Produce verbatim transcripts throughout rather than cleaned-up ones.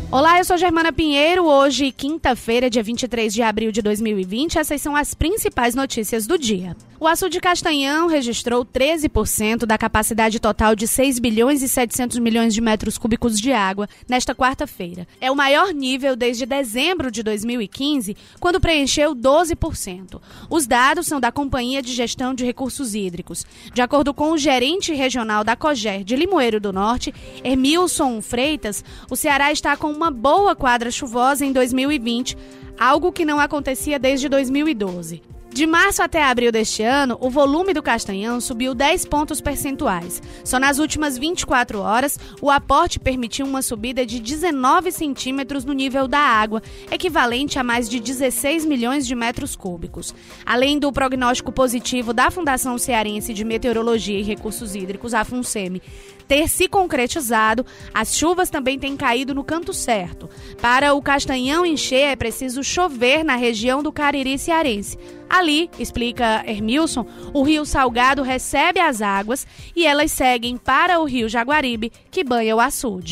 Olá, eu sou Germana Pinheiro. Hoje, quinta-feira, dia vinte e três de abril de dois mil e vinte, essas são as principais notícias do dia. O Açude Castanhão registrou treze por cento da capacidade total de seis bilhões e setecentos milhões de metros cúbicos de água nesta quarta-feira. É o maior nível desde dezembro de dois mil e quinze, quando preencheu doze por cento. Os dados são da Companhia de Gestão de Recursos Hídricos. De acordo com o gerente regional da COGER de Limoeiro do Norte, Hermilson Freitas, o Ceará está com uma boa quadra chuvosa em dois mil e vinte, algo que não acontecia desde dois mil e doze. De março até abril deste ano, o volume do Castanhão subiu dez pontos percentuais. Só nas últimas vinte e quatro horas, o aporte permitiu uma subida de dezenove centímetros no nível da água, equivalente a mais de dezesseis milhões de metros cúbicos. Além do prognóstico positivo da Fundação Cearense de Meteorologia e Recursos Hídricos, a FUNSEMI, ter se concretizado, as chuvas também têm caído no canto certo. Para o Castanhão encher, é preciso chover na região do Cariri cearense. Ali, explica Hermilson, o Rio Salgado recebe as águas e elas seguem para o Rio Jaguaribe, que banha o açude.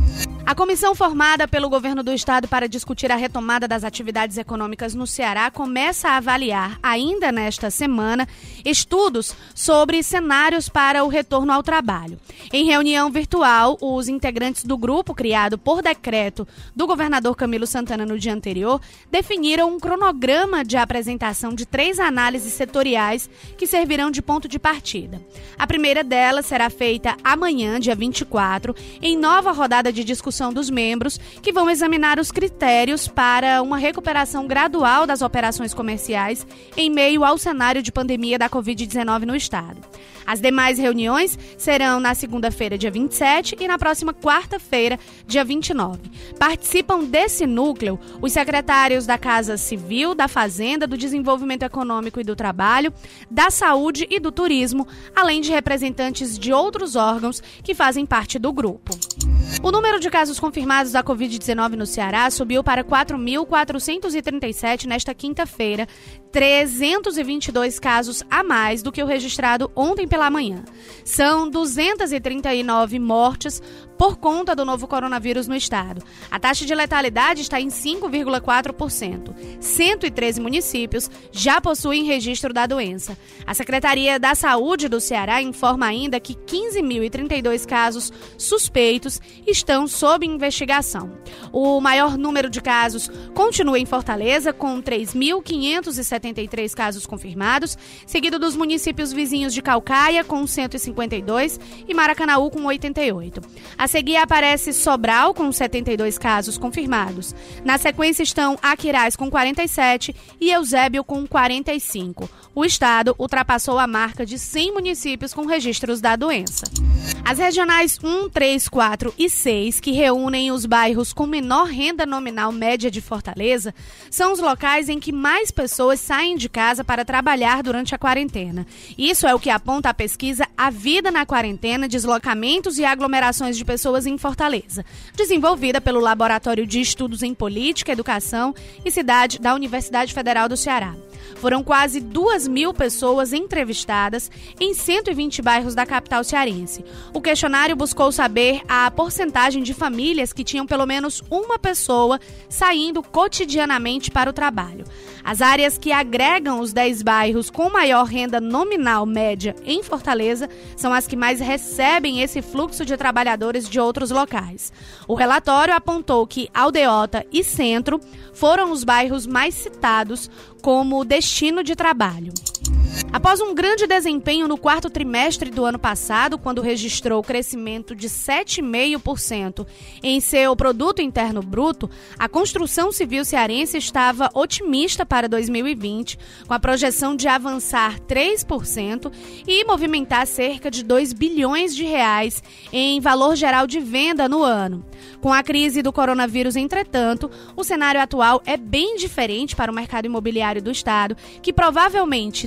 A comissão formada pelo governo do estado para discutir a retomada das atividades econômicas no Ceará começa a avaliar, ainda nesta semana, estudos sobre cenários para o retorno ao trabalho. Em reunião virtual, os integrantes do grupo, criado por decreto do governador Camilo Santana no dia anterior, definiram um cronograma de apresentação de três análises setoriais que servirão de ponto de partida. A primeira delas será feita amanhã, dia vinte e quatro, em nova rodada de discussão dos membros, que vão examinar os critérios para uma recuperação gradual das operações comerciais em meio ao cenário de pandemia da covid dezenove no estado. As demais reuniões serão na segunda-feira, dia vinte e sete, e na próxima quarta-feira, dia vinte e nove. Participam desse núcleo os secretários da Casa Civil, da Fazenda, do Desenvolvimento Econômico e do Trabalho, da Saúde e do Turismo, além de representantes de outros órgãos que fazem parte do grupo. O número de casos confirmados da covid dezenove no Ceará subiu para quatro mil quatrocentos e trinta e sete nesta quinta-feira, trezentos e vinte e dois casos a mais do que o registrado ontem pela manhã. São duzentas e trinta e nove mortes por conta do novo coronavírus no estado. A taxa de letalidade está em cinco vírgula quatro por cento. cento e treze municípios já possuem registro da doença. A Secretaria da Saúde do Ceará informa ainda que quinze mil e trinta e dois casos suspeitos estão sob investigação. O maior número de casos continua em Fortaleza, com três mil quinhentos e setenta e três casos confirmados, seguido dos municípios vizinhos de Caucaia, com cento e cinquenta e dois, e Maracanaú, com oitenta e oito. A seguir aparece Sobral, com setenta e dois casos confirmados. Na sequência estão Aquiraz, com quarenta e sete, e Eusébio, com quarenta e cinco. O estado ultrapassou a marca de cem municípios com registros da doença. As regionais um, três, quatro e seis, que reúnem os bairros com menor renda nominal média de Fortaleza, são os locais em que mais pessoas saem de casa para trabalhar durante a quarentena. Isso é o que aponta a pesquisa A Vida na Quarentena, Deslocamentos e Aglomerações de Pessoas em Fortaleza, desenvolvida pelo Laboratório de Estudos em Política, Educação e Cidade da Universidade Federal do Ceará. Foram quase duas mil pessoas entrevistadas em cento e vinte bairros da capital cearense. O questionário buscou saber a porcentagem de famílias que tinham pelo menos uma pessoa saindo cotidianamente para o trabalho. As áreas que agregam os dez bairros com maior renda nominal média em Fortaleza são as que mais recebem esse fluxo de trabalhadores de outros locais. O relatório apontou que Aldeota e Centro foram os bairros mais citados como destino de trabalho. Após um grande desempenho no quarto trimestre do ano passado, quando registrou crescimento de sete vírgula cinco por cento em seu produto interno bruto, a construção civil cearense estava otimista para dois mil e vinte, com a projeção de avançar três por cento e movimentar cerca de dois bilhões de reais em valor geral de venda no ano. Com a crise do coronavírus, entretanto, o cenário atual é bem diferente para o mercado imobiliário do estado, que provavelmente não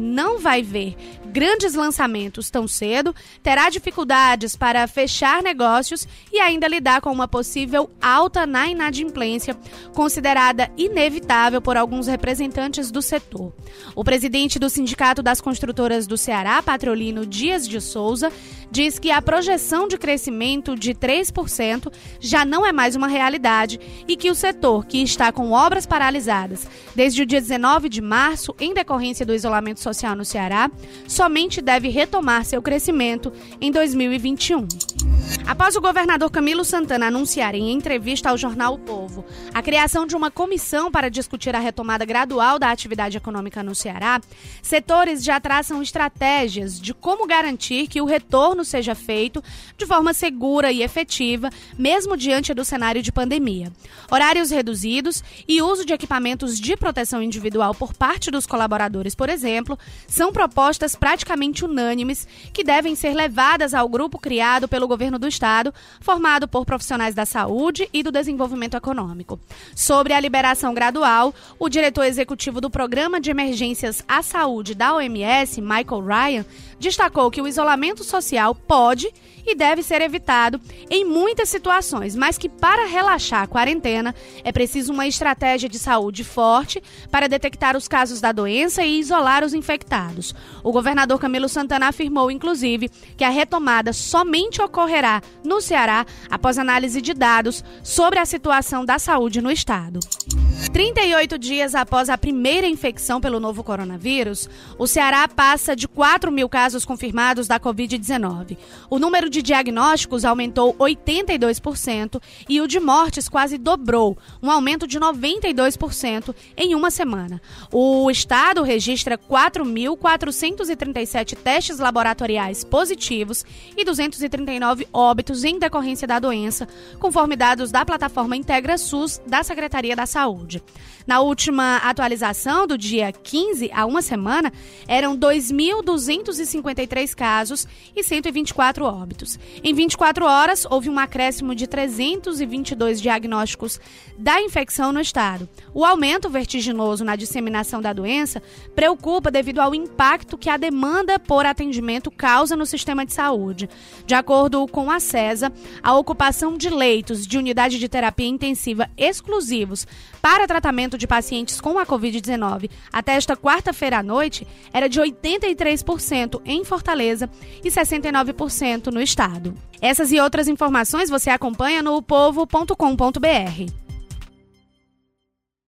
vai ver grandes lançamentos tão cedo, terá dificuldades para fechar negócios e ainda lidar com uma possível alta na inadimplência, considerada inevitável por alguns representantes do setor. O presidente do Sindicato das Construtoras do Ceará, Patrolino Dias de Souza, diz que a projeção de crescimento de três por cento já não é mais uma realidade e que o setor, que está com obras paralisadas desde o dia dezenove de março, em decorrência do isolamento social no Ceará, somente deve retomar seu crescimento em dois mil e vinte e um. Após o governador Camilo Santana anunciar em entrevista ao jornal O Povo a criação de uma comissão para discutir a retomada gradual da atividade econômica no Ceará, setores já traçam estratégias de como garantir que o retorno seja feito de forma segura e efetiva, mesmo diante do cenário de pandemia. Horários reduzidos e uso de equipamentos de proteção individual por parte dos colaboradores, por exemplo, são propostas praticamente unânimes que devem ser levadas ao grupo criado pelo governo do Estado, formado por profissionais da saúde e do desenvolvimento econômico. Sobre a liberação gradual, o diretor executivo do Programa de Emergências à Saúde da O M S, Michael Ryan, destacou que o isolamento social pode e deve ser evitado em muitas situações, mas que para relaxar a quarentena é preciso uma estratégia de saúde forte para detectar os casos da doença e isolar os infectados. O governador Camilo Santana afirmou, inclusive, que a retomada somente ocorrerá no Ceará após análise de dados sobre a situação da saúde no estado. trinta e oito dias após a primeira infecção pelo novo coronavírus, o Ceará passa de quatro mil casos confirmados da covid dezenove. O número de diagnósticos aumentou oitenta e dois por cento e o de mortes quase dobrou, um aumento de noventa e dois por cento em uma semana. O estado registra quatro mil quatrocentos e trinta e sete testes laboratoriais positivos e duzentos e trinta e nove óbitos em decorrência da doença, conforme dados da plataforma Integra SUS da Secretaria da Saúde. Na última atualização, do dia quinze a uma semana, eram dois mil duzentos e cinquenta e três casos e cento e vinte e quatro óbitos. Em vinte e quatro horas, houve um acréscimo de trezentos e vinte e dois diagnósticos da infecção no estado. O aumento vertiginoso na disseminação da doença preocupa devido ao impacto que a demanda por atendimento causa no sistema de saúde. De acordo com a CESA, a ocupação de leitos de unidade de terapia intensiva exclusivos para tratamento de pacientes com a covid dezenove até esta quarta-feira à noite era de oitenta e três por cento em Fortaleza e sessenta e nove por cento no estado. Essas e outras informações você acompanha no povo ponto com ponto br.